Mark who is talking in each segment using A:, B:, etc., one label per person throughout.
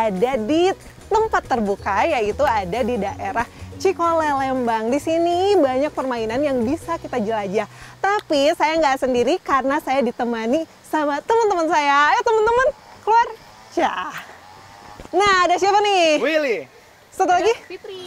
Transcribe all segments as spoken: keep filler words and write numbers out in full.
A: ada di tempat terbuka, yaitu ada di daerah Cikole, Lembang. Di sini banyak permainan yang bisa kita jelajah. Tapi saya nggak sendiri karena saya ditemani sama teman-teman saya. Ayo teman-teman, keluar. Cah. Nah, ada siapa nih?
B: Willy.
A: Satu lagi?
C: Fitri.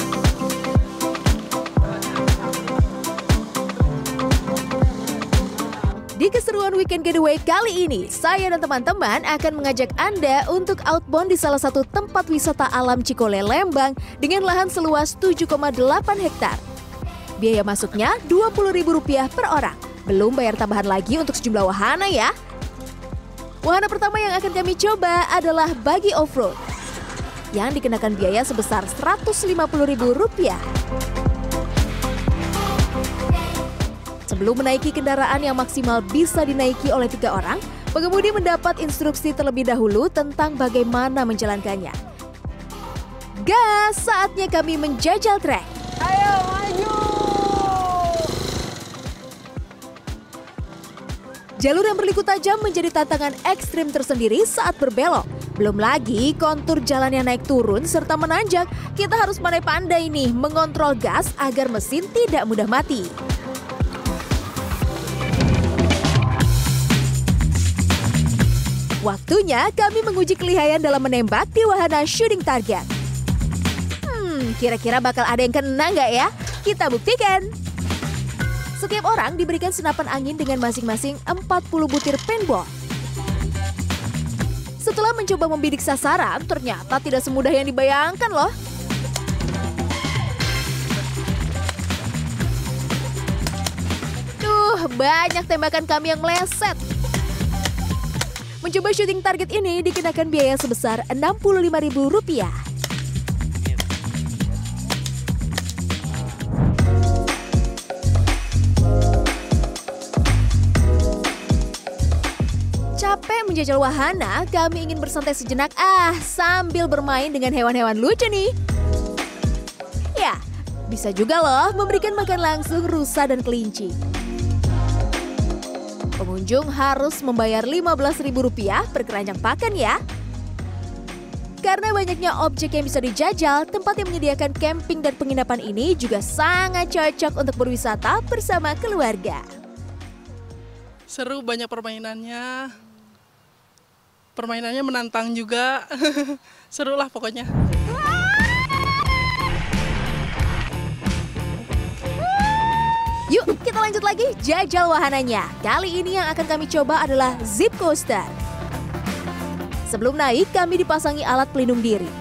C: Di keseruan Weekend Getaway kali ini, saya dan teman-teman akan mengajak Anda untuk outbound di salah satu tempat wisata alam Cikole, Lembang dengan lahan seluas tujuh koma delapan hektar. Biaya masuknya dua puluh ribu rupiah per orang. Belum bayar tambahan lagi untuk sejumlah wahana ya. Wahana pertama yang akan kami coba adalah buggy off-road yang dikenakan biaya sebesar seratus lima puluh ribu rupiah. Sebelum menaiki kendaraan yang maksimal bisa dinaiki oleh tiga orang, pengemudi mendapat instruksi terlebih dahulu tentang bagaimana menjalankannya. Gas, saatnya kami menjajal trek.
A: Ayo maju!
C: Jalur yang berliku tajam menjadi tantangan ekstrim tersendiri saat berbelok. Belum lagi kontur jalan yang naik turun serta menanjak. Kita harus pandai-pandai nih mengontrol gas agar mesin tidak mudah mati. Waktunya kami menguji kelihayan dalam menembak di wahana shooting target. Hmm, kira-kira bakal ada yang kena nggak ya? Kita buktikan. Setiap orang diberikan senapan angin dengan masing-masing empat puluh butir paintball. Setelah mencoba membidik sasaran, ternyata tidak semudah yang dibayangkan loh. Duh, banyak tembakan kami yang meleset. Mencoba syuting target ini dikenakan biaya sebesar enam puluh lima ribu rupiah. Capek menjajal wahana, kami ingin bersantai sejenak ah sambil bermain dengan hewan-hewan lucu nih. Ya, bisa juga loh memberikan makan langsung rusa dan kelinci. Pengunjung harus membayar lima belas ribu rupiah per keranjang pakan ya. Karena banyaknya objek yang bisa dijajal, tempat yang menyediakan camping dan penginapan ini juga sangat cocok untuk berwisata bersama keluarga.
B: Seru, banyak permainannya. Permainannya menantang juga. Seru lah pokoknya.
C: Yuk kita lanjut lagi jajal wahananya. Kali ini yang akan kami coba adalah zip coaster. Sebelum naik kami dipasangi alat pelindung diri.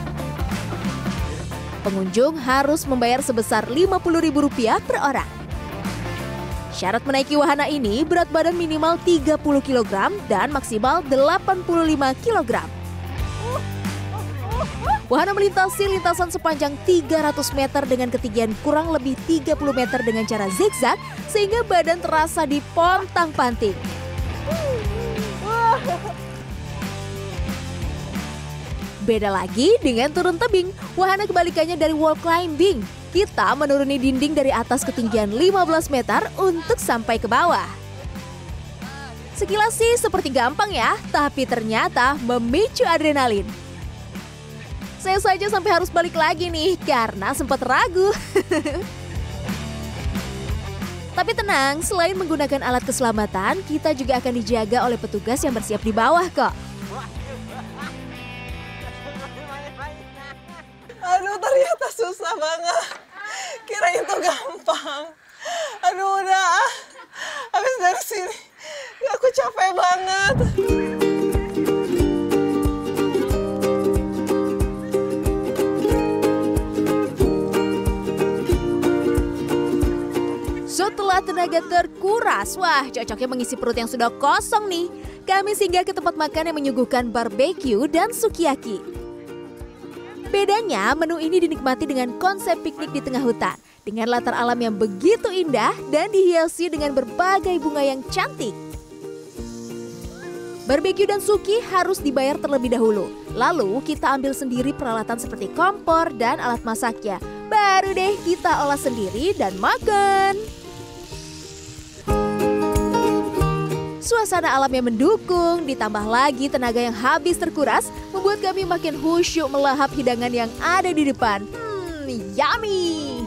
C: Pengunjung harus membayar sebesar lima puluh ribu rupiah per orang. Syarat menaiki wahana ini berat badan minimal tiga puluh kilogram dan maksimal delapan puluh lima kilogram. Wahana melintasi lintasan sepanjang tiga ratus meter dengan ketinggian kurang lebih tiga puluh meter dengan cara zigzag sehingga badan terasa dipontang-panting. Beda lagi dengan turun tebing, wahana kebalikannya dari wall climbing. Kita menuruni dinding dari atas ketinggian lima belas meter untuk sampai ke bawah. Sekilas sih seperti gampang ya, tapi ternyata memicu adrenalin. Saya saja sampai harus balik lagi nih karena sempat ragu. Tapi tenang, selain menggunakan alat keselamatan, kita juga akan dijaga oleh petugas yang bersiap di bawah kok.
A: Aduh, ternyata susah banget. Kira itu gampang. Aduh, udah. Habis dari sini, aku capek banget.
C: Setelah tenaga terkuras, wah cocoknya mengisi perut yang sudah kosong nih. Kami singgah ke tempat makan yang menyuguhkan barbeque dan sukiyaki. Bedanya, menu ini dinikmati dengan konsep piknik di tengah hutan, dengan latar alam yang begitu indah dan dihiasi dengan berbagai bunga yang cantik. Barbeque dan suki harus dibayar terlebih dahulu. Lalu kita ambil sendiri peralatan seperti kompor dan alat masaknya. Baru deh kita olah sendiri dan makan. Suasana alam yang mendukung, ditambah lagi tenaga yang habis terkuras, membuat kami makin khusyuk melahap hidangan yang ada di depan. Hmm, yummy!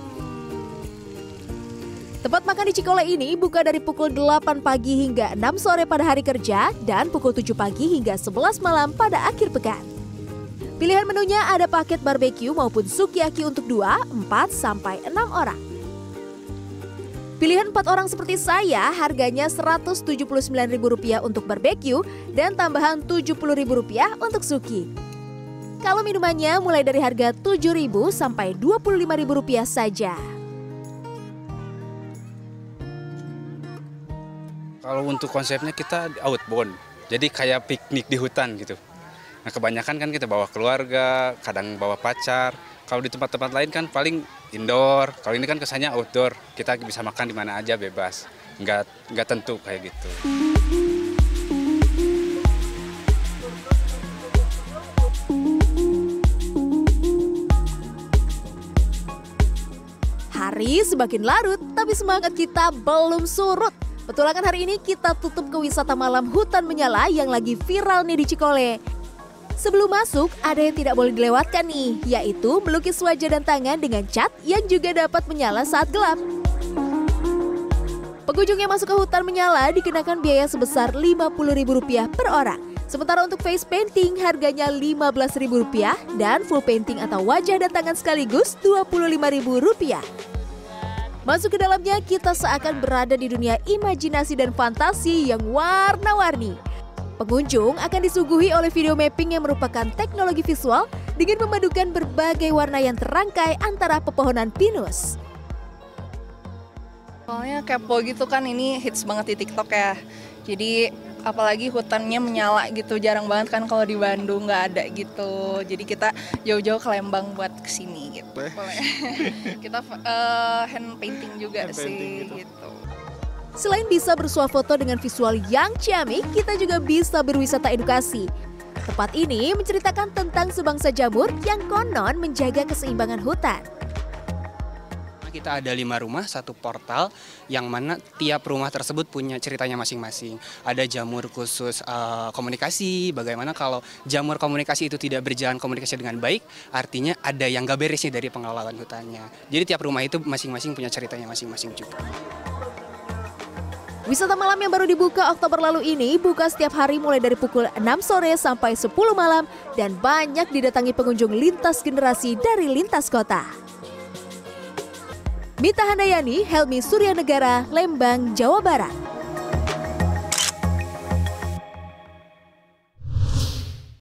C: Tempat makan di Cikole ini buka dari pukul delapan pagi hingga enam sore pada hari kerja dan pukul tujuh pagi hingga sebelas malam pada akhir pekan. Pilihan menunya ada paket barbeque maupun sukiyaki untuk dua, empat, sampai enam orang. Pilihan empat orang seperti saya harganya seratus tujuh puluh sembilan ribu rupiah untuk barbeque dan tambahan tujuh puluh ribu rupiah untuk suki. Kalau minumannya mulai dari harga tujuh ribu sampai dua puluh lima ribu rupiah saja.
D: Kalau untuk konsepnya kita outbound, jadi kayak piknik di hutan gitu. Nah kebanyakan kan kita bawa keluarga, kadang bawa pacar. Kalau di tempat-tempat lain kan paling indoor, kalau ini kan kesannya outdoor. Kita bisa makan di mana aja bebas, nggak nggak tentu kayak gitu.
C: Hari semakin larut, tapi semangat kita belum surut. Petualangan hari ini kita tutup ke wisata malam hutan menyala yang lagi viral nih di Cikole. Sebelum masuk, ada yang tidak boleh dilewatkan nih, yaitu melukis wajah dan tangan dengan cat yang juga dapat menyala saat gelap. Pengunjung yang masuk ke hutan menyala dikenakan biaya sebesar lima puluh ribu rupiah per orang. Sementara untuk face painting harganya lima belas ribu rupiah dan full painting atau wajah dan tangan sekaligus dua puluh lima ribu rupiah. Masuk ke dalamnya, kita seakan berada di dunia imajinasi dan fantasi yang warna-warni. Pengunjung akan disuguhi oleh video mapping yang merupakan teknologi visual dengan memadukan berbagai warna yang terangkai antara pepohonan pinus.
E: Soalnya kepo gitu kan, ini hits banget di TikTok ya. Jadi apalagi hutannya menyala gitu, jarang banget kan kalau di Bandung nggak ada gitu. Jadi kita jauh-jauh ke Lembang buat kesini gitu. Kita uh, hand painting juga hand sih painting gitu. gitu.
C: Selain bisa bersuah foto dengan visual yang ciamik, kita juga bisa berwisata edukasi. Tempat ini menceritakan tentang sebangsa jamur yang konon menjaga keseimbangan hutan.
F: Kita ada lima rumah, satu portal, yang mana tiap rumah tersebut punya ceritanya masing-masing. Ada jamur khusus uh, komunikasi, bagaimana kalau jamur komunikasi itu tidak berjalan komunikasi dengan baik, artinya ada yang gak beresnya dari pengelolaan hutannya. Jadi tiap rumah itu masing-masing punya ceritanya masing-masing juga.
C: Wisata malam yang baru dibuka Oktober lalu ini buka setiap hari mulai dari pukul enam sore sampai sepuluh malam dan banyak didatangi pengunjung lintas generasi dari lintas kota. Mita Handayani, Helmi Suryanegara, Lembang, Jawa Barat.